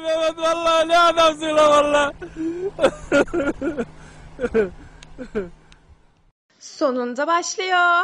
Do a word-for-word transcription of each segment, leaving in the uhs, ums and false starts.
Mehmet vallahi ne adamsın lan valla. Sonunda başlıyor.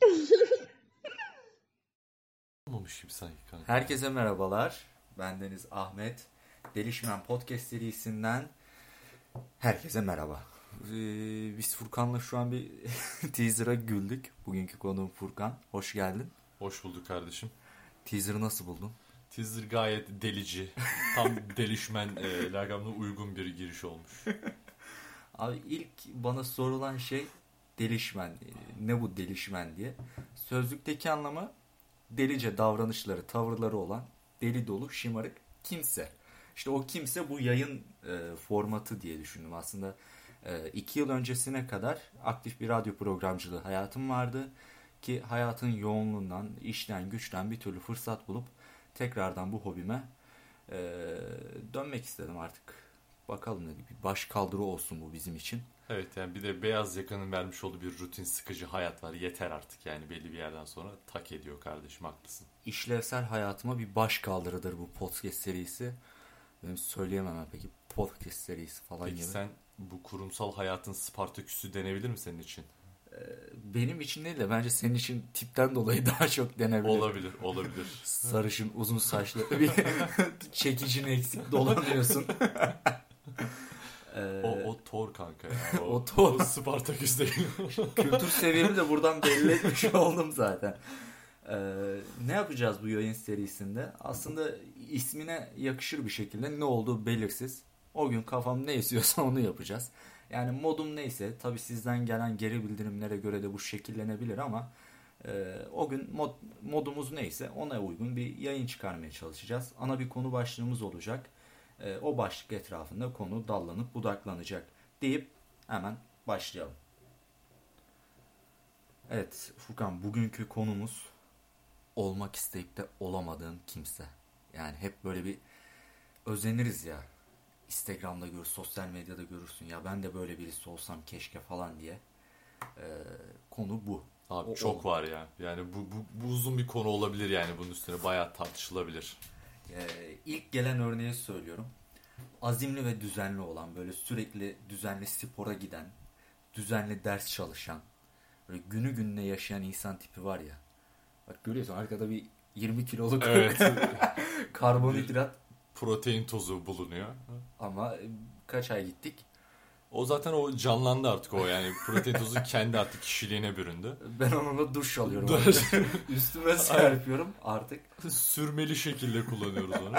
Olmamış gibi sanki kanka. Herkese merhabalar. Bendeniz Ahmet. Delişmen Podcast serisinden herkese merhaba. Ee, biz Furkan'la şu an bir teaser'a güldük. Bugünkü konuğum Furkan. Hoş geldin. Hoş bulduk kardeşim. Teaser'ı nasıl buldun? Teaser gayet delici. Tam delişmen e, lakabına uygun bir giriş olmuş. Abi ilk bana sorulan şey delişmen. Ne bu delişmen diye. Sözlükteki anlamı delice davranışları, tavırları olan deli dolu, şımarık kimse. İşte o kimse bu yayın e, formatı diye düşündüm. Aslında e, iki yıl öncesine kadar aktif bir radyo programcılığı hayatım vardı. Ki hayatın yoğunluğundan, işten, güçten bir türlü fırsat bulup tekrardan bu hobime e, dönmek istedim artık. Bakalım dedi. Bir baş kaldırı olsun bu bizim için. Evet, yani bir de beyaz yakanın vermiş olduğu bir rutin, sıkıcı hayat var. Yeter artık, yani belli bir yerden sonra tak ediyor kardeşim, haklısın. İşlevsel hayatıma bir baş kaldırıdır bu podcast serisi. Benim söyleyemem ben peki podcast serisi falan Peki gibi. sen bu kurumsal hayatın Spartaküsü denebilir mi senin için? Benim için değil de bence senin için tipten dolayı daha çok denebilir. Olabilir, olabilir. Sarışın, uzun saçlı bir çekicin eksik dolanıyorsun. o, o Thor kanka ya. O, O Thor. o Spartaküs değil. Kültür seviyemi de buradan belli etmiş oldum zaten. Ee, ne yapacağız bu yayın serisinde? Aslında ismine yakışır bir şekilde ne olduğu belirsiz. O gün kafam ne esiyorsa onu yapacağız. Yani modum neyse, tabii sizden gelen geri bildirimlere göre de bu şekillenebilir ama e, o gün mod, modumuz neyse ona uygun bir yayın çıkarmaya çalışacağız. Ana bir konu başlığımız olacak. E, o başlık etrafında konu dallanıp budaklanacak deyip hemen başlayalım. Evet Furkan, bugünkü konumuz olmak isteyip de olamadığın kimse. Yani hep böyle bir özeniriz ya. Instagram'da görür, sosyal medyada görürsün. Ya ben de böyle birisi olsam keşke falan diye. Ee, konu bu. Abi O, çok o. var ya. Yani bu, bu, bu uzun bir konu olabilir, yani bunun üstüne bayağı tartışılabilir. Ee, ilk gelen örneği söylüyorum. Azimli ve düzenli olan, böyle sürekli düzenli spora giden, düzenli ders çalışan, böyle günü gününe yaşayan insan tipi var ya. Bak görüyorsun arkada bir yirmi kiloluk Evet. karbonhidrat. Protein tozu bulunuyor. Ama kaç ay gittik? O zaten o canlandı artık o, yani protein tozu kendi artık kişiliğine büründü. Ben onunla duş alıyorum. Üstüme serpiyorum artık. Sürmeli şekilde kullanıyoruz onu.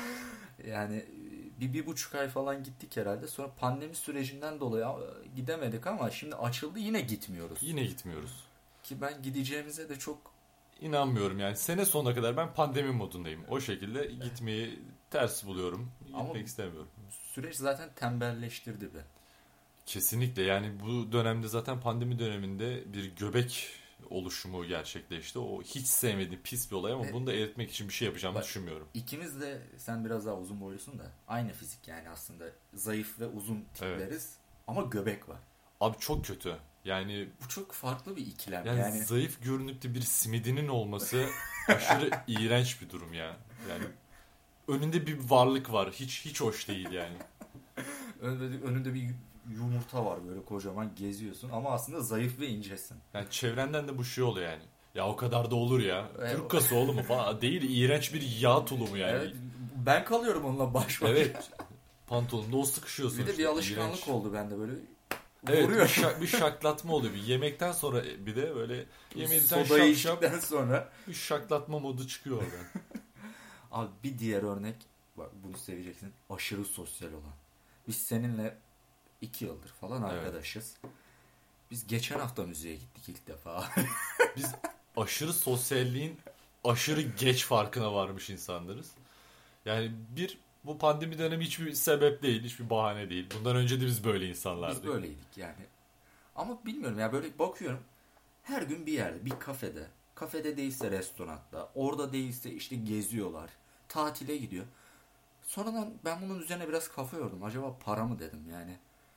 Yani bir, bir buçuk ay falan gittik herhalde. Sonra pandemi sürecinden dolayı gidemedik ama şimdi açıldı, yine gitmiyoruz. Yine gitmiyoruz. Ki ben gideceğimize de çok İnanmıyorum yani. Sene sonuna kadar ben pandemi modundayım. O şekilde gitmeyi ters buluyorum. Gitmek ama istemiyorum. süreç zaten tembelleştirdi be. Kesinlikle, yani bu dönemde zaten pandemi döneminde bir göbek oluşumu gerçekleşti. O hiç sevmediğim pis bir olay ama E, bunu da eritmek için bir şey yapacağımı bak, düşünmüyorum. İkimiz de, sen biraz daha uzun boylusun da aynı fizik yani aslında. Zayıf ve uzun tipleriz. Evet. Ama göbek var. Abi çok kötü. Yani Bu çok farklı bir ikilem. yani, Yani, zayıf görünüp bir simidinin olması aşırı iğrenç bir durum ya. Yani önünde bir varlık var. Hiç hiç hoş değil yani. önünde, önünde bir yumurta var, böyle kocaman geziyorsun ama aslında zayıf ve incesin. Yani çevrenden de bu şey oluyor yani. Ya o kadar da olur ya. Evet. Türk kası oğlum mu falan. Değil, iğrenç bir yağ tulumu yani. Evet, ben kalıyorum onunla baş başa. Evet. Pantolonda o sıkışıyorsun. Bir de işte. bir alışkanlık İğrenç. oldu bende böyle. Evet, Vuruyor. bir, şak, bir şaklatma oluyor. Bir yemekten sonra bir de böyle yemekten Sodayı şap şap içtikten sonra. bir şaklatma modu çıkıyor oradan. Abi bir diğer örnek, bak bunu seveceksin, aşırı sosyal olan. Biz seninle iki yıldır falan Evet. arkadaşız. Biz geçen hafta müzeye gittik ilk defa. Biz aşırı sosyalliğin aşırı geç farkına varmış insanlarız. Yani bir, bu pandemi dönemi hiçbir sebep değil, hiçbir bahane değil. Bundan önce de biz böyle insanlardık. Biz böyleydik yani. Ama bilmiyorum ya, böyle bakıyorum. Her gün bir yerde, bir kafede. Kafede değilse restoranda. Orada değilse işte geziyorlar. Tatile gidiyor. Sonradan ben bunun üzerine biraz kafa yordum. Acaba para mı dedim yani.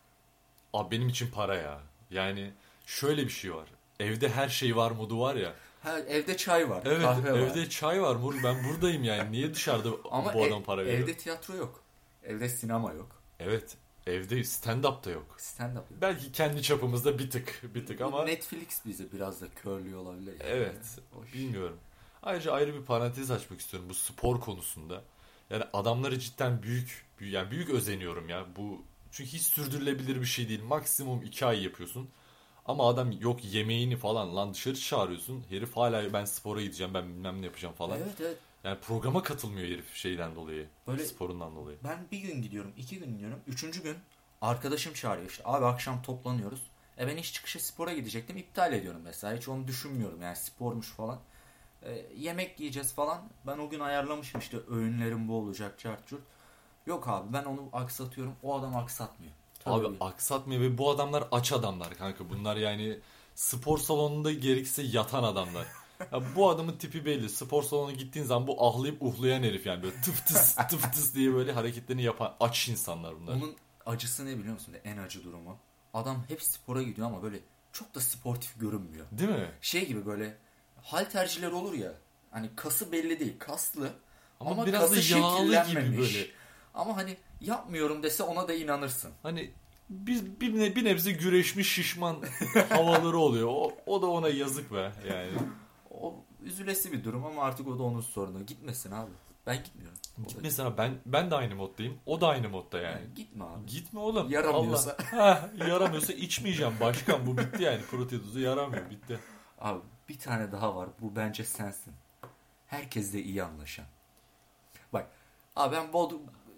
Abi benim için para ya. Yani şöyle bir şey var. Evde her şey var modu var ya. Ha, evde çay var, Evet, kahve var. evde çay var. Mur, ben buradayım yani. Niye dışarıda Ama bu ev- adam para veriyor? evde tiyatro yok. Evde sinema yok. Evet. Evde stand-up da yok. Stand-up yok. Belki kendi çapımızda bir tık bir tık ama Netflix bizi biraz da körlüyor olabilir. Yani. evet. Hoş. Bilmiyorum. Ayrıca ayrı bir parantez açmak istiyorum bu spor konusunda. Yani adamları cidden büyük, büyük yani büyük özeniyorum ya. Bu çünkü hiç sürdürülebilir bir şey değil. Maksimum iki ay yapıyorsun. Ama adam yok yemeğini falan lan dışarı çağırıyorsun. Herif hala ben spora gideceğim, ben bilmem ne yapacağım falan. Evet evet. Yani programa katılmıyor herif şeyden dolayı. Böyle, sporundan dolayı. Ben bir gün gidiyorum, iki gün gidiyorum. Üçüncü gün arkadaşım çağırıyor işte. Abi akşam toplanıyoruz. E ben iş çıkışı spora gidecektim. İptal ediyorum mesela. Hiç onu düşünmüyorum yani spormuş falan. E, yemek yiyeceğiz falan. Ben o gün ayarlamışım işte öğünlerim bu olacak çart çurt. Yok abi ben onu aksatıyorum. O adam aksatmıyor. Abi Tabii. aksatmıyor ve bu adamlar aç adamlar kanka. Bunlar yani spor salonunda gerekirse yatan adamlar. Ya bu adamın tipi belli. Spor salonuna gittiğin zaman bu ahlayıp uhlayan herif yani. Böyle tıf tıs tıf tıs diye böyle hareketlerini yapan aç insanlar bunlar. Onun acısı ne biliyor musun? En acı durumu. Adam hep spora gidiyor ama böyle çok da sportif görünmüyor. Değil mi? Şey gibi böyle halterciler olur ya. Hani kası belli değil. Kaslı. Ama, Ama biraz kası da yağlı gibi şekillenmemiş. böyle. Ama hani yapmıyorum dese ona da inanırsın. Hani bir, bir, ne- bir nebze güreşmiş şişman havaları oluyor. O, o da ona yazık be yani. O üzülesi bir durum ama artık o da onun sorunu. Gitmesin abi. Ben gitmiyorum. O da- Mesela ben ben de aynı moddayım. O da aynı modda yani. Yani gitme abi. Gitme oğlum. Yaramıyorsa. Allah. Heh, yaramıyorsa içmeyeceğim başkan. Bu bitti yani. Protein tozu yaramıyor. Bitti. Abi bir tane daha var. Bu bence sensin. Herkesle iyi anlaşan. Bak. Abi ben Bodrum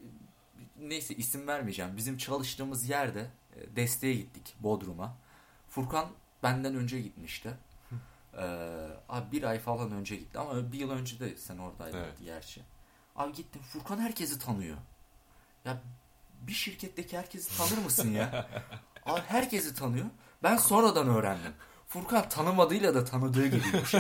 neyse isim vermeyeceğim. Bizim çalıştığımız yerde e, desteğe gittik Bodrum'a. Furkan benden önce gitmişti. Ee, abi bir ay falan önce gitti ama bir yıl önce de sen oradaydın Evet. gerçi. Abi gittim. Furkan herkesi tanıyor. Ya bir şirketteki herkesi tanır mısın ya? Abi herkesi tanıyor. Ben sonradan öğrendim. Furkan tanımadığıyla da tanıdığı gibiymiş.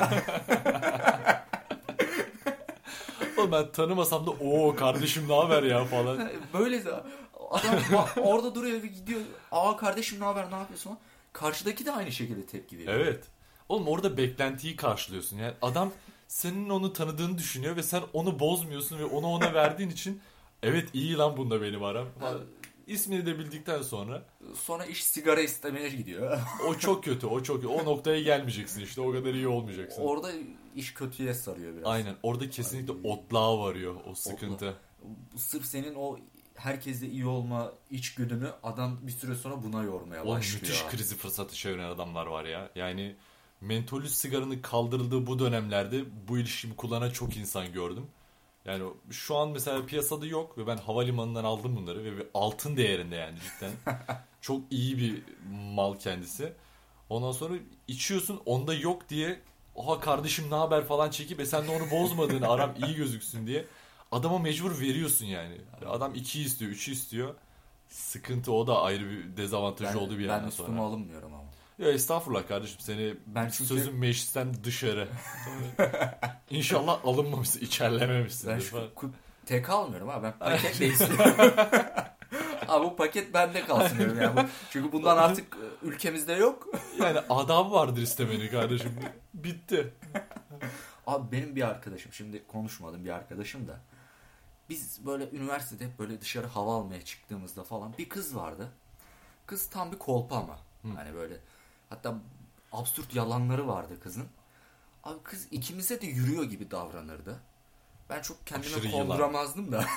Oğlum ben tanımasam da o kardeşim ne haber ya falan. Böyle de adam orada duruyor ve gidiyor. Aa kardeşim ne haber ne yapıyorsun? Karşıdaki de aynı şekilde tepki veriyor. Evet. Oğlum orada beklentiyi karşılıyorsun. Yani adam senin onu tanıdığını düşünüyor ve sen onu bozmuyorsun ve onu ona verdiğin için evet iyi lan bunda benim aram. İsmini de bildikten sonra Sonra iş sigara istemeye gidiyor. o çok kötü, o çok kötü. O noktaya gelmeyeceksin işte. O kadar iyi olmayacaksın. Orada iş kötüye sarıyor biraz. Aynen. Orada kesinlikle otluğa varıyor o sıkıntı. Sırf senin o herkesle iyi olma içgüdünü adam bir süre sonra buna yormaya Oğlum başlıyor. müthiş abi. krizi fırsatı çeviren adamlar var ya. Yani mentolü sigaranın kaldırıldığı bu dönemlerde bu ilişkimi kullanan çok insan gördüm. Yani şu an mesela piyasada yok ve ben havalimanından aldım bunları ve bir altın değerinde yani cidden. Çok iyi bir mal kendisi. Ondan sonra içiyorsun onda yok diye oha kardeşim ne haber falan çekip e sen de onu bozmadığını aram iyi gözüksün diye adama mecbur veriyorsun yani. Adam iki istiyor, üçü istiyor. Sıkıntı o da ayrı bir dezavantajı Ben, oldu bir ben yerden üstüme sonra. alınmıyorum ama. Ya estağfurullah kardeşim seni Ben çünkü- sözün meclisten dışarı. İnşallah alınmamışsın, içerlememişsin. Ben şu ku- tek almıyorum ha ben paketle istiyorum. Abi bu paket bende kalsın diyorum yani. Bu- Çünkü bundan artık e, ülkemizde yok. Yani adabı vardır istemeni kardeşim. Bitti. Abi benim bir arkadaşım şimdi konuşmadım bir arkadaşım da. Biz böyle üniversitede böyle dışarı hava almaya çıktığımızda falan bir kız vardı. Kız tam bir kolpa ama. Hani böyle hatta absürt yalanları vardı kızın. Abi kız ikimize de yürüyor gibi davranırdı. Ben çok kendime Aşırı yılan. konduramazdım da.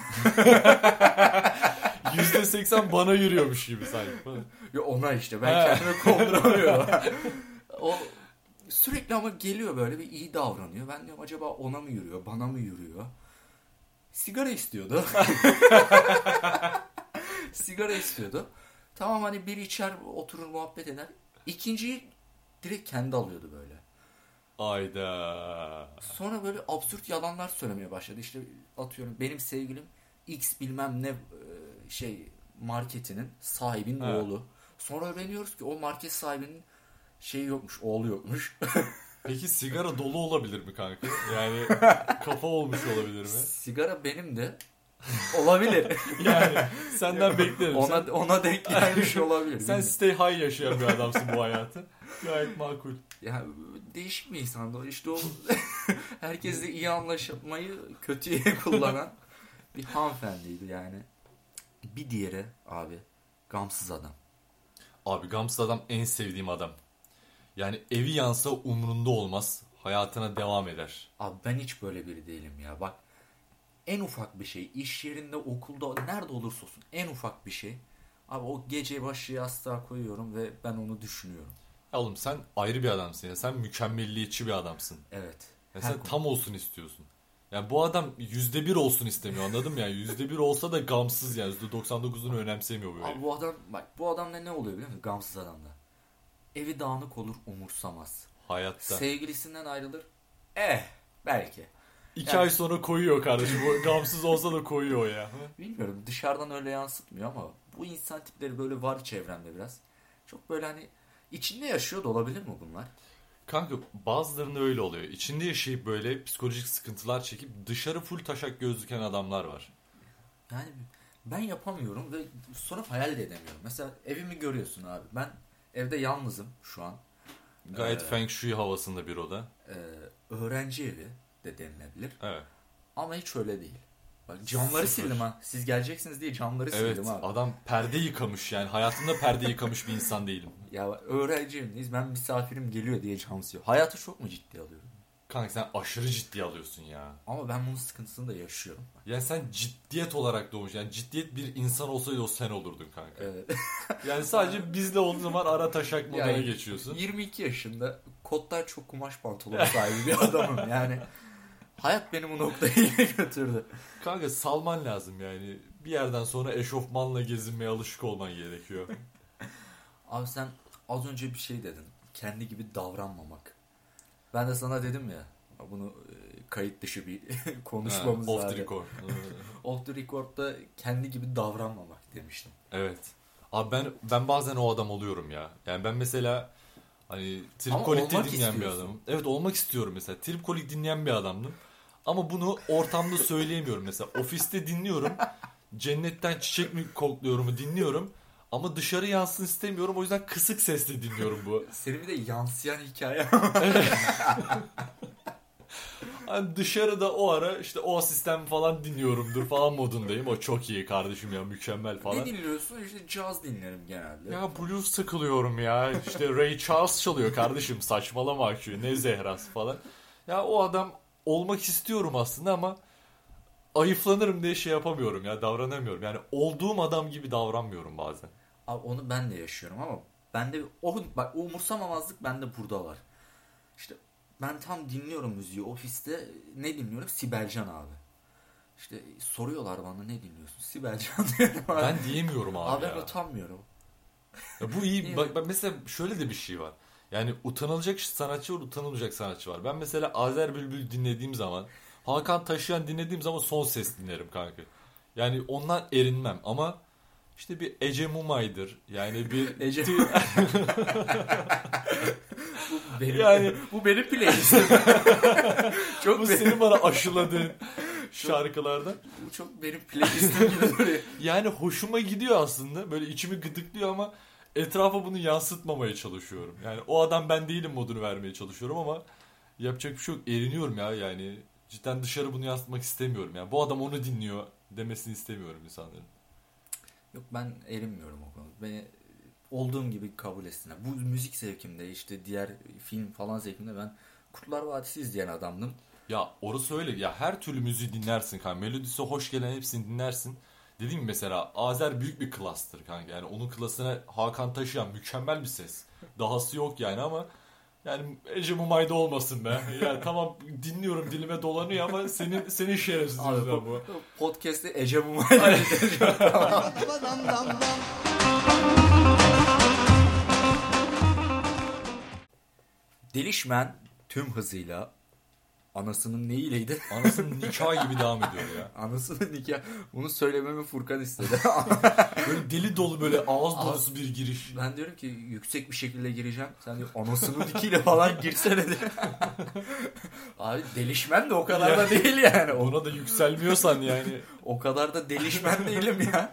yüzde seksen bana yürüyormuş gibi sanki. Ya ona işte ben He. kendime konduramıyorum. O sürekli ama geliyor böyle bir iyi davranıyor. Ben diyorum acaba ona mı yürüyor, bana mı yürüyor? Sigara istiyordu. Sigara istiyordu. Tamam hani bir içer oturur muhabbet eder. İkinciyi direkt kendi alıyordu böyle. Ayda. Sonra böyle absürt yalanlar söylemeye başladı. İşte atıyorum benim sevgilim X bilmem ne e, şey marketinin sahibinin Evet. oğlu. Sonra öğreniyoruz ki o market sahibinin şeyi yokmuş, oğlu yokmuş. Peki sigara dolu olabilir mi kanka? Yani kafa olmuş olabilir mi? Sigara benim de olabilir. Yani senden beklerim. ona sen, ona denk gelmiş olabilir. sen Bilmiyorum. stay high yaşayan bir adamsın bu hayatı. Gayet makul. Ya değişik bir insandı o. İşte o herkesle iyi anlaşmayı kötüye kullanan bir hanımefendiydi yani. Bir diğeri abi gamsız adam. Abi gamsız adam en sevdiğim adam. Yani evi yansa umrunda olmaz. Hayatına devam eder. Abi ben hiç böyle biri değilim ya. Bak en ufak bir şey iş yerinde okulda nerede olursa olsun en ufak bir şey. Abi o gece başı yastığa koyuyorum ve ben onu düşünüyorum. Ya oğlum sen ayrı bir adamsın ya. Sen mükemmelliyetçi bir adamsın. Evet. Ya Her sen konu- tam olsun istiyorsun. Yani bu adam yüzde bir olsun istemiyor, anladın mı? Yani yüzde bir olsa da gamsız yani. yüzde doksan dokuzunu önemsemiyor böyle. Abi bu adam bak bu adamda ne oluyor biliyor musun? Gamsız adamda. Evi dağınık olur umursamaz. Hayatta. Sevgilisinden ayrılır. Eh belki. İki Yani- ay sonra koyuyor kardeşim. O gamsız olsa da koyuyor ya. Bilmiyorum dışarıdan öyle yansıtmıyor ama bu insan tipleri böyle var çevremde biraz. Çok böyle hani içinde yaşıyor da olabilir mi bunlar? Kanka bazılarında öyle oluyor. İçinde yaşayıp böyle psikolojik sıkıntılar çekip dışarı full taşak gözlüken adamlar var. Yani ben yapamıyorum ve sonra hayal de edemiyorum. Mesela evimi görüyorsun abi. Ben evde yalnızım şu an. Gayet Ee, feng shui havasında bir oda. Ee, öğrenci evi de denilebilir. Evet. Ama hiç öyle değil. Bak camları Sıfır. sildim ha. Siz geleceksiniz diye camları Evet, sildim abi. adam perde yıkamış yani. Hayatımda perde yıkamış bir insan değilim. Ya öğrenci evindeyiz. Ben misafirim geliyor diye cam siliyor. Hayatı çok mu ciddiye alıyorum? Kanka sen aşırı ciddiye alıyorsun ya. Ama ben bunun sıkıntısını da yaşıyorum. Yani sen ciddiyet olarak doğmuş. Yani ciddiyet bir insan olsaydı o sen olurdun kanka. Evet. Yani sadece bizle olduğu zaman ara taşak moduna Yani geçiyorsun. yirmi iki yaşında kotlar çok kumaş pantolon sahibi bir adamım. Yani hayat beni bu noktaya götürdü. Kanka salman lazım yani. Bir yerden sonra eşofmanla gezinmeye alışık olman gerekiyor. Abi sen az önce bir şey dedin. Kendi gibi davranmamak. Ben de sana dedim ya. Bunu e, kayıt dışı bir konuşmamız Ha, vardı. off the record. Off the record'da kendi gibi davranmamak demiştim. Evet. Abi ben ben bazen o adam oluyorum ya. Yani ben mesela hani Ama Tripkolik'te olmak dinleyen bir istiyorsun. adamım. Evet olmak istiyorum mesela. Tripkolik dinleyen bir adamdım. Ama bunu ortamda söyleyemiyorum mesela. Ofiste dinliyorum. Cennetten çiçek mi kokluyorumu dinliyorum. Ama dışarı yansın istemiyorum. O yüzden kısık sesle dinliyorum bu. Senin bir de yansıyan hikaye. Hani dışarıda o ara işte o sistem falan dinliyorumdur falan modundayım. O çok iyi kardeşim ya, mükemmel falan. Ne dinliyorsun? İşte caz dinlerim genelde. Ya blues takılıyorum ya. İşte Ray Charles çalıyor kardeşim. Saçmalama akıyor. Ne Zehra'sı falan. Ya o adam olmak istiyorum aslında ama ayıflanırım diye şey yapamıyorum ya. Davranamıyorum. Yani olduğum adam gibi davranmıyorum bazen. Abi onu ben de yaşıyorum ama bende o bak o umursamamazlık bende burada var. İşte ben tam dinliyorum müziği ofiste. Ne dinliyorum? Sibelcan abi. İşte soruyorlar bana ne dinliyorsun? Sibelcan diyorum abi. Ben diyemiyorum abi, Abi ya. ben utanmıyorum. Ya bu iyi. İyi. Bak, bak mesela şöyle de bir şey var. Yani utanılacak sanatçı var, utanılmayacak sanatçı var. Ben mesela Azer Bülbül dinlediğim zaman, Hakan Taşıyan dinlediğim zaman son ses dinlerim kanka. Yani ondan erinmem ama işte bir Ece Mumay'dır. Yani bir Ece- Bu benim, Yani- bu benim playlistim. çok bu benim, senin bana aşıladığın şarkılardan. bu çok benim playlistim gibi duruyor. Yani hoşuma gidiyor aslında. Böyle içimi gıdıklıyor ama etrafa bunu yansıtmamaya çalışıyorum. Yani o adam ben değilim modunu vermeye çalışıyorum ama yapacak bir şey yok. Eriniyorum ya yani. Cidden dışarı bunu yansıtmak istemiyorum. Yani bu adam onu dinliyor demesini istemiyorum insanların. Yok ben erinmiyorum o konuda. Beni olduğum gibi kabul etsinler. Bu müzik zevkimde işte diğer film falan zevkimde ben Kurtlar Vadisi izleyen adamdım. Ya orası öyle. Ya her türlü müziği dinlersin kanka. Melodisi hoş gelen hepsini dinlersin. Dediğim gibi mesela Azer büyük bir klastır kanka. Yani onun klasına Hakan Taşıyan mükemmel bir ses. Dahası yok yani ama yani Ece Mumay'da olmasın be. Yani tamam dinliyorum dilime dolanıyor ama senin senin şerefsiz Abi yüzünden bu, bu. podcast'te Ece Mumay'la Delişmen tüm hızıyla anasının neyiyleydi? Anasının nikahı gibi devam ediyor ya. Anasının nikah. Bunu söylememi Furkan istedi. Böyle deli dolu böyle ağız dolusu bir giriş. Ben diyorum ki yüksek bir şekilde gireceğim. Sen diyor anasının nikiyle falan girsene diyor. Abi delişmen de o kadar da değil yani. O, Ona da yükselmiyorsan yani. o kadar da delişmen değilim ya.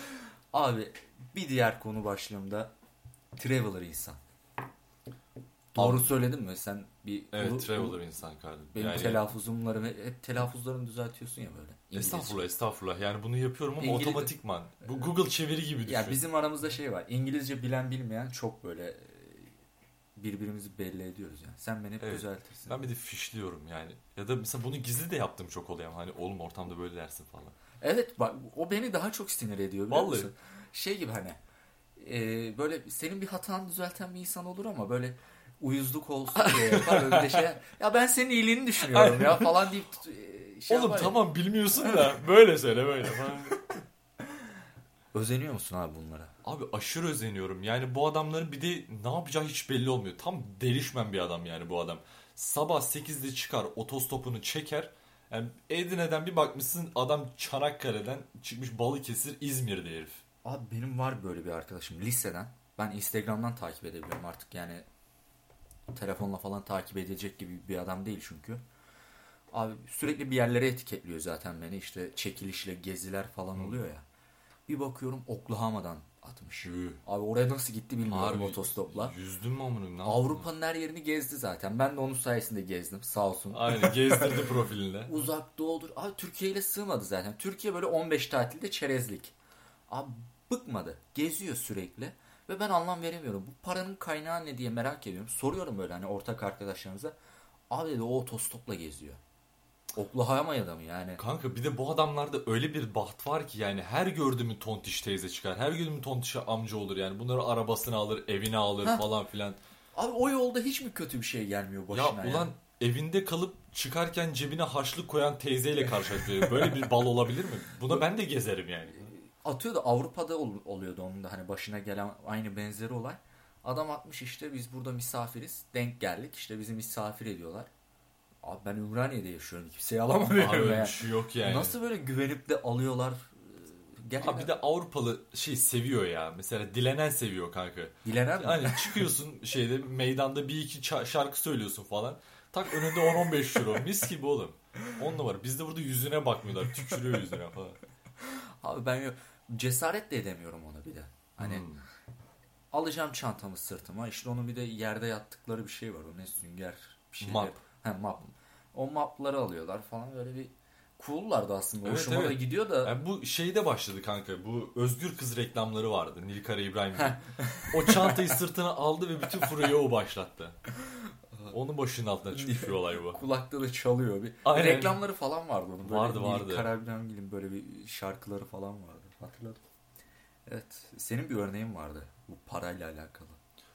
Abi bir diğer konu başlığımda Traveler insan. Doğru söyledin mi? Sen bir Evet, ulu- traveler insan kardeşim. benim Yani, telaffuzumları ve hep telaffuzlarını düzeltiyorsun ya böyle. İngilizce. estağfurullah estağfurullah. Yani bunu yapıyorum ama İngiliz- otomatikman. Bu Google çeviri gibi düşün. Ya bizim aramızda şey var. İngilizce bilen bilmeyen çok böyle e, birbirimizi belli ediyoruz yani. Sen beni hep Evet. düzeltirsin. Ben bir de fişliyorum yani. Ya da mesela bunu gizli de yaptım çok oluyor. Hani oğlum ortamda böyle dersin falan. Evet bak o beni daha çok sinir ediyor biliyor Vallahi. musun? Şey gibi hani e, böyle senin bir hatanı düzelten bir insan olur ama böyle uyuzluk olsun diye yapar. Öyle bir de şey, ya ben senin iyiliğini düşünüyorum ya falan deyip e, şey Oğlum yapar ya. tamam bilmiyorsun da böyle söyle böyle falan. Özeniyor musun abi bunlara? Abi aşırı özeniyorum. Yani bu adamların bir de ne yapacağı hiç belli olmuyor. Tam delişmen bir adam yani bu adam. Sabah sekizde çıkar otostopunu çeker. Yani Edirne'den bir bakmışsın adam Çanakkale'den çıkmış Balıkesir İzmir'de herif. Abi benim var böyle bir arkadaşım liseden. Ben Instagram'dan takip edebiliyorum artık yani telefonla falan takip edecek gibi bir adam değil çünkü. Abi sürekli bir yerlere etiketliyor zaten beni. İşte çekilişle geziler falan oluyor ya. Bir bakıyorum Oklahoma'dan atmış. Tüh. Abi oraya nasıl gitti bilmiyorum Harbi otostopla. Yüzdün mü amına? Ne yaptın? Avrupa'nın her yerini gezdi zaten. Ben de onun sayesinde gezdim sağ olsun. Aynen gezdirdi profilinde. Uzak doğudur. Abi Türkiye ile sığmadı zaten. Türkiye böyle on beş tatilde çerezlik. Abi bıkmadı. Geziyor sürekli. Ve ben anlam veremiyorum. Bu paranın kaynağı ne diye merak ediyorum. Soruyorum böyle hani ortak arkadaşlarımıza. Abi dedi o otostopla geziyor. Oklahoma'ya da mı yani? Kanka bir de bu adamlarda öyle bir baht var ki yani her gördüğümü tontiş teyze çıkar. Her gördüğümü tontiş amca olur yani. Bunları arabasını alır, evine alır Heh. falan filan. Abi o yolda hiç mi kötü bir şey gelmiyor başına Ya ulan evinde kalıp çıkarken cebine harçlık koyan teyzeyle karşılaşıyor. Böyle bir bal olabilir mi? Buna ben de gezerim yani. Atıyor da Avrupa'da ol- oluyordu onun da hani başına gelen aynı benzeri olay. Adam atmış işte biz burada misafiriz. Denk geldik işte bizi misafir ediyorlar. Abi ben Ümraniye'de yaşıyorum. Kimseye alamam Abi öyle ya. bir şey yok yani. Nasıl böyle güvenip de alıyorlar? Gerçekten Abi bir de Avrupalı şey seviyor ya. Mesela dilenen seviyor kanka. dilenen mi? Hani çıkıyorsun şeyde meydanda bir iki ça- şarkı söylüyorsun falan. Tak önünde on on beş euro. Mis gibi oğlum. On numara. Bizde burada yüzüne bakmıyorlar. Tükürüyor yüzüne falan. Abi ben yok- cesaret de edemiyorum ona bir de. Hani Hmm. alacağım çantamı sırtıma. İşte onun bir de yerde yattıkları bir şey var. O ne sünger bir şey. Map. He map. O mapları alıyorlar falan böyle bir cool'lardı aslında. Evet, Hoşuma da evet. gidiyor da. Yani bu şeyde başladı kanka. Bu Özgür Kız reklamları vardı. Nilkara İbrahim'in. O çantayı sırtına aldı ve bütün furyayı o başlattı. Onun başının altına çıkmış bir olay bu. Kulakta da çalıyor. Bir Aynen. reklamları falan vardı onun. Böyle Vardı, vardı. Karabin'in böyle bir şarkıları falan vardı. Hatırladım. Evet. Senin bir örneğin vardı. Bu parayla alakalı.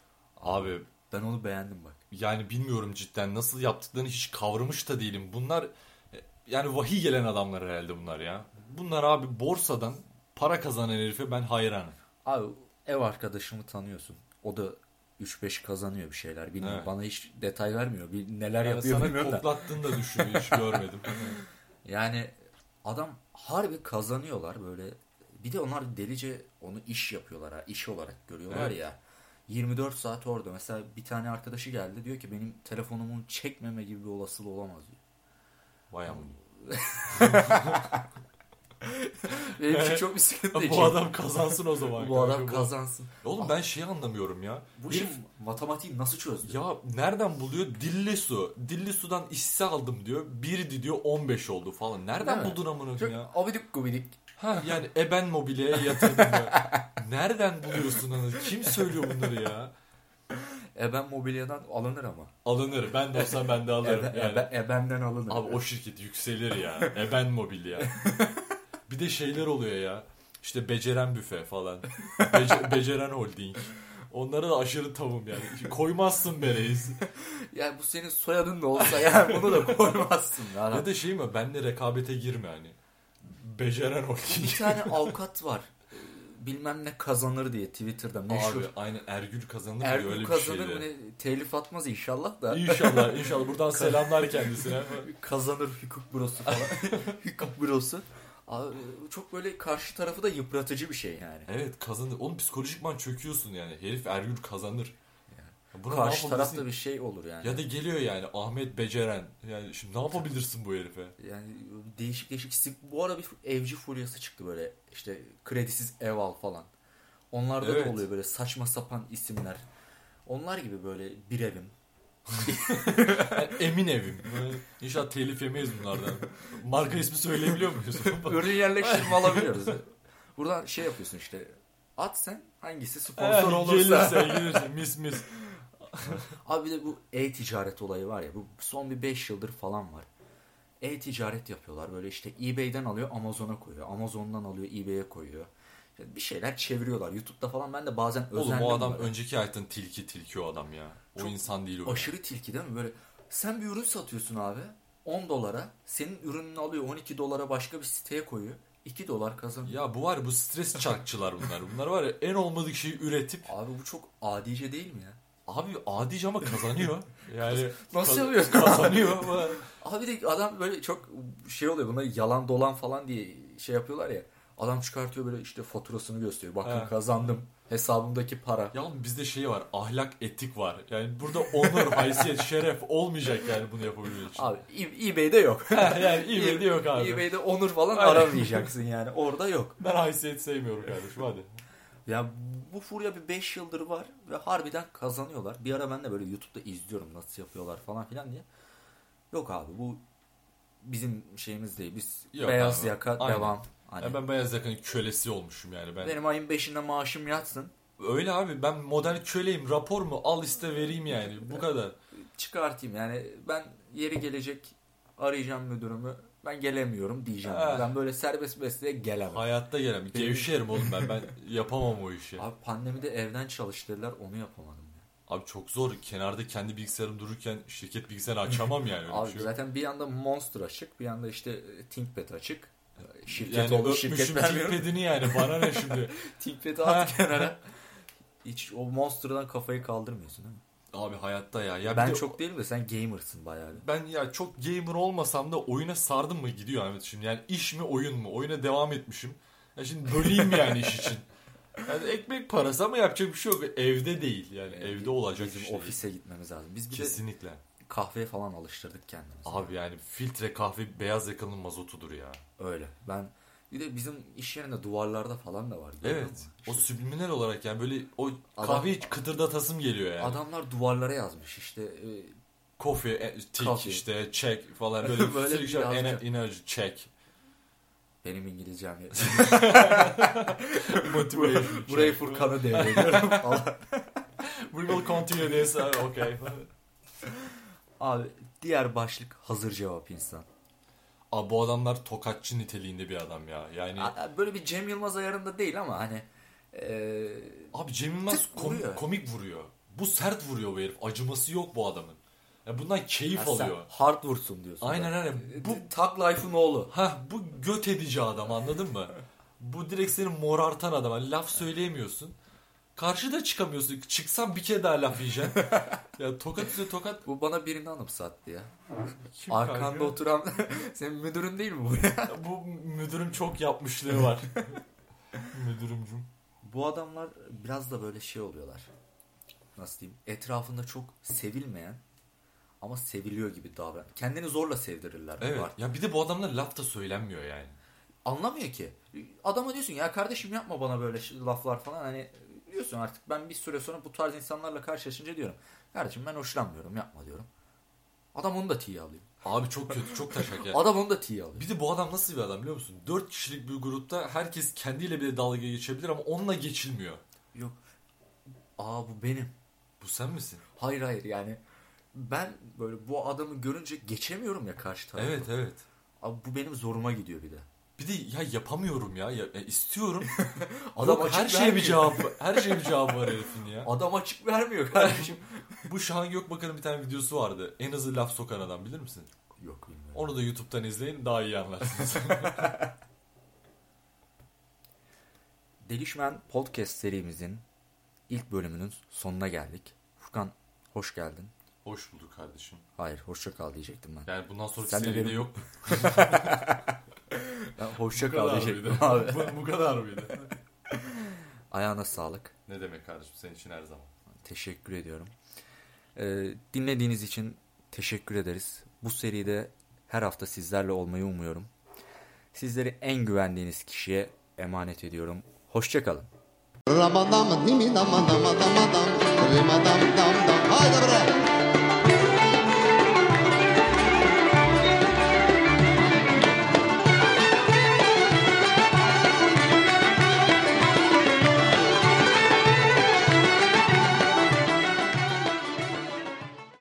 Abi Ben onu beğendim bak. yani bilmiyorum cidden nasıl yaptıklarını hiç kavramış da değilim. Bunlar e, yani vahiy gelen adamlar herhalde bunlar ya. Bunlar abi borsadan para kazanan herife ben hayranım. Abi ev arkadaşımı tanıyorsun. O da üç beş kazanıyor bir şeyler. Bilmiyorum. Evet. Bana hiç detay vermiyor. Bir neler Yani yapıyor sana bilmiyorum da. koklattığını da düşünüyor hiç görmedim. Yani adam harbi kazanıyorlar böyle. Bir de onlar delice onu iş yapıyorlar ha. İş olarak görüyorlar Evet. ya. yirmi dört saat orada. Mesela bir tane arkadaşı geldi. Diyor ki benim telefonumun çekmeme gibi bir olasılığı olamaz diyor. Vay amına. Benim için çok bir sıkıntı değil. Bu adam kazansın o zaman. Bu kanka. adam kazansın. Oğlum ben şeyi anlamıyorum ya. Bu Herif- işin matematiği nasıl çözdü? Ya nereden buluyor? Dilli su. Dilli sudan hisse aldım diyor. Birdi diyor on beş oldu falan. Nereden Değil mi? buldun amına Çok koyayım ya? abidik gubidik. Ha yani eben mobilyaya yatırdım ya. Nereden buluyorsun onu? Kim söylüyor bunları ya? Eben mobilyadan alınır ama. Alınır. Ben de olsam ben de alırım. Ebe, yani. ebe, ebenden alınır. Abi o şirket yükselir ya. Eben mobilya. Bir de şeyler oluyor ya. İşte beceren büfe falan. Bece- beceren holding. Onlara da aşırı tavım yani. Koymazsın be reis. Yani bu senin soyadın da olsa yani bunu da koymazsın. Yani. Ya da şey mi? Benle rekabete girme hani. Beceren holding. Bir tane avukat var. Bilmem ne kazanır diye Twitter'da meşhur. Abi aynen Ergül kazanır diyor Ergün öyle bir kazanır şeydi. mı ne? Telif atmaz inşallah da. İnşallah inşallah buradan selamlar kendisine. Kazanır hukuk bürosu falan. Hukuk bürosu. Abi, çok böyle karşı tarafı da yıpratıcı bir şey yani. Evet kazanır. Oğlum psikolojikman çöküyorsun yani. Herif Ergül kazanır. Ya buna Karşı ne tarafta yapabilirsin? bir şey olur yani. Ya da geliyor yani Ahmet Beceren. Yani şimdi ne yapabilirsin bu herife? Yani değişik değişik istek. Bu ara bir evci furyası çıktı böyle. İşte kredisiz ev al falan. Onlarda Evet. da oluyor böyle saçma sapan isimler. Onlar gibi böyle bir evim. Yani emin evim. İnşallah telif yemeyiz bunlardan. Marka ismi söyleyebiliyor muyuz? Ürün yerleştirme alabiliyoruz. Buradan şey yapıyorsun işte. At sen hangisi sponsor Yani olursa. gelirse gelirse mis mis. Abi bir de bu e-ticaret olayı var ya. Bu son bir beş yıldır falan var. E-ticaret yapıyorlar. Böyle işte eBay'den alıyor Amazon'a koyuyor. Amazon'dan alıyor eBay'e koyuyor. Bir şeyler çeviriyorlar. YouTube'da falan ben de bazen özendim. Oğlum o adam böyle. önceki hayatın tilki tilki o adam ya. O Çok insan değil o. Aşırı tilki değil mi? Böyle sen bir ürün satıyorsun abi. on dolara. Senin ürününü alıyor on iki dolara başka bir siteye koyuyor. iki dolar kazanıyor. Ya bu var ya, bu stres çarkçılar bunlar. Bunlar var ya, en olmadık şeyi üretip. Abi bu çok adice değil mi ya? Abi adice ama kazanıyor. Yani Nasıl kaz- yapıyor? Kazanıyor. Abi de adam böyle çok şey oluyor. Bunlar yalan dolan falan diye şey yapıyorlar ya. Adam çıkartıyor böyle işte faturasını gösteriyor. Bakın He. kazandım. Hesabımdaki para. Ya oğlum bizde şey var, ahlak etik var. Yani burada onur, haysiyet, şeref olmayacak yani bunu yapabilmek için. Abi e- eBay'de yok. yani eBay'de yok abi. eBay'de onur falan Aynen. aramayacaksın yani. Orada yok. Ben haysiyet sevmiyorum kardeşim, hadi. Ya bu furya bir beş yıldır var ve harbiden kazanıyorlar. Bir ara ben de böyle YouTube'da izliyorum nasıl yapıyorlar falan filan diye. Yok abi bu bizim şeyimiz değil. Biz Yok beyaz abi. yaka Aynen. devam. Hani Ya ben beyaz yakanın kölesi olmuşum yani ben. benim ayın beşinde maaşım yatsın. Öyle abi, ben modern köleyim, rapor mu al iste vereyim yani, bu kadar. Çıkartayım yani ben yeri gelecek arayacağım müdürümü. Ben gelemiyorum diyeceğim. Ha. Ben böyle serbest mesleğe gelemem. Hayatta gelemem. Gevşerim oğlum ben. Ben yapamam o işi. Abi pandemide evden çalıştırdılar onu yapamadım ya. Abi çok zor. Kenarda kendi bilgisayarım dururken şirket bilgisayarını açamam yani. Öyle Abi bir şey yok. zaten bir yanda Monster açık, bir yanda işte ThinkPad açık. Şirket Yani oldu öpmüşüm şirket vermiyorum. ThinkPad'ini yani. Bana ne şimdi? ThinkPad'i at kenara. Hiç o Monster'dan kafayı kaldırmıyorsun değil mi? Abi hayatta ya. ya Ben bir de- çok değilim de sen gamersın bayağı. Ben ya çok gamer olmasam da oyuna sardım mı gidiyor Ahmet şimdi. Yani iş mi oyun mu? Oyuna devam etmişim. Ya şimdi böleyim yani iş için. Yani ekmek parası ama yapacak bir şey yok. Evde değil yani. Yani evde olacak bizim iş değil. ofise gitmemiz lazım. Biz bir Kesinlikle. de kahveye falan alıştırdık kendimizi. Abi yani filtre kahve beyaz yakanın mazotudur ya. Öyle. Ben bir de bizim iş yerinde duvarlarda falan da var. görüyor Evet. musun? O İşte subliminal olarak yani böyle o Adam- kahveyi kıtırdatasım geliyor yani. adamlar duvarlara yazmış işte e, Coffee, e, tick Coffee. işte, check falan böyle, Böyle sürekli bir şey, yazmış. ener- enerji, check. benim İngilizcem yok. Motivation. Burayı check. Furkan'a devrediyorum falan. We will continue this. Okay. Abi diğer başlık hazır cevap insan. Abi bu adamlar tokatçı niteliğinde bir adam ya. Yani A- Böyle bir Cem Yılmaz ayarında değil ama hani e, abi Cem Yılmaz tık kom- vuruyor. komik vuruyor. Bu sert vuruyor bu herif. Acıması yok bu adamın. Ya bundan keyif ha, sen alıyor. hard vursun diyorsun. Aynen zaten. aynen. Bu Bu Tag Life'ın oğlu. ha bu göt edici adam, anladın mı? Bu direkt seni morartan adam. Hani laf söyleyemiyorsun. Karşıda çıkamıyorsun. Çıksan bir kere daha laf yiyeceksin. Ya tokat üstüne tokat. Bu bana birini anımsattı ya. Kim Arkanda kanka? oturan senin müdürün değil mi bu ya? Bu müdürün çok yapmışlığı var. Müdürümcüm. Bu adamlar biraz da böyle şey oluyorlar. Nasıl diyeyim? Etrafında çok sevilmeyen ama seviliyor gibi davran. Kendini zorla sevdirirler. Evet. Var. Ya bir de bu adamlar laf da söylenmiyor yani. Anlamıyor ki. Adama diyorsun ya kardeşim yapma bana böyle şey- laflar falan. Hani diyorsun artık ben bir süre sonra bu tarz insanlarla karşılaşınca diyorum. Kardeşim ben hoşlanmıyorum yapma diyorum. Adam onu da tiye alıyor. Abi çok kötü, çok taşak ya. Adam onu da tiye alıyor. Bir de bu adam nasıl bir adam biliyor musun? Dört kişilik bir grupta herkes kendiyle bile dalga geçebilir ama onunla geçilmiyor. Yok. Aa bu benim. Bu sen misin? Hayır hayır yani ben böyle bu adamı görünce geçemiyorum ya karşı tarafa. Evet evet. Abi bu benim zoruma gidiyor bir de. Bir de ya yapamıyorum ya. ya, ya istiyorum. Adam Yok, açık her şeye bir vermiyor. cevap her şeye bir cevap var herifin ya. Adam açık vermiyor kardeşim. Bu Şahan Gökbakar'ın bir tane videosu vardı. En hızlı laf sokan adam, bilir misin? Yok bilmiyorum. Onu da YouTube'dan izleyin, daha iyi anlarsınız. Delişmen Podcast serimizin ilk bölümünün sonuna geldik. Furkan hoş geldin. Hoş bulduk kardeşim. Hayır hoşça kal diyecektim ben. Yani bundan sonraki Sen de seride benim- yok. Ben hoşça Bu kal kadar diyecektim mıydı? abi. bu, bu kadar mıydı? Ayağına sağlık. Ne demek kardeşim, senin için her zaman. Teşekkür ediyorum. Ee, dinlediğiniz için teşekkür ederiz. Bu seride her hafta sizlerle olmayı umuyorum. Sizleri en güvendiğiniz kişiye emanet ediyorum. Hoşça kalın. Ramadam, dimi dama dama dama dam, rimadam dam dam. Haydi bre.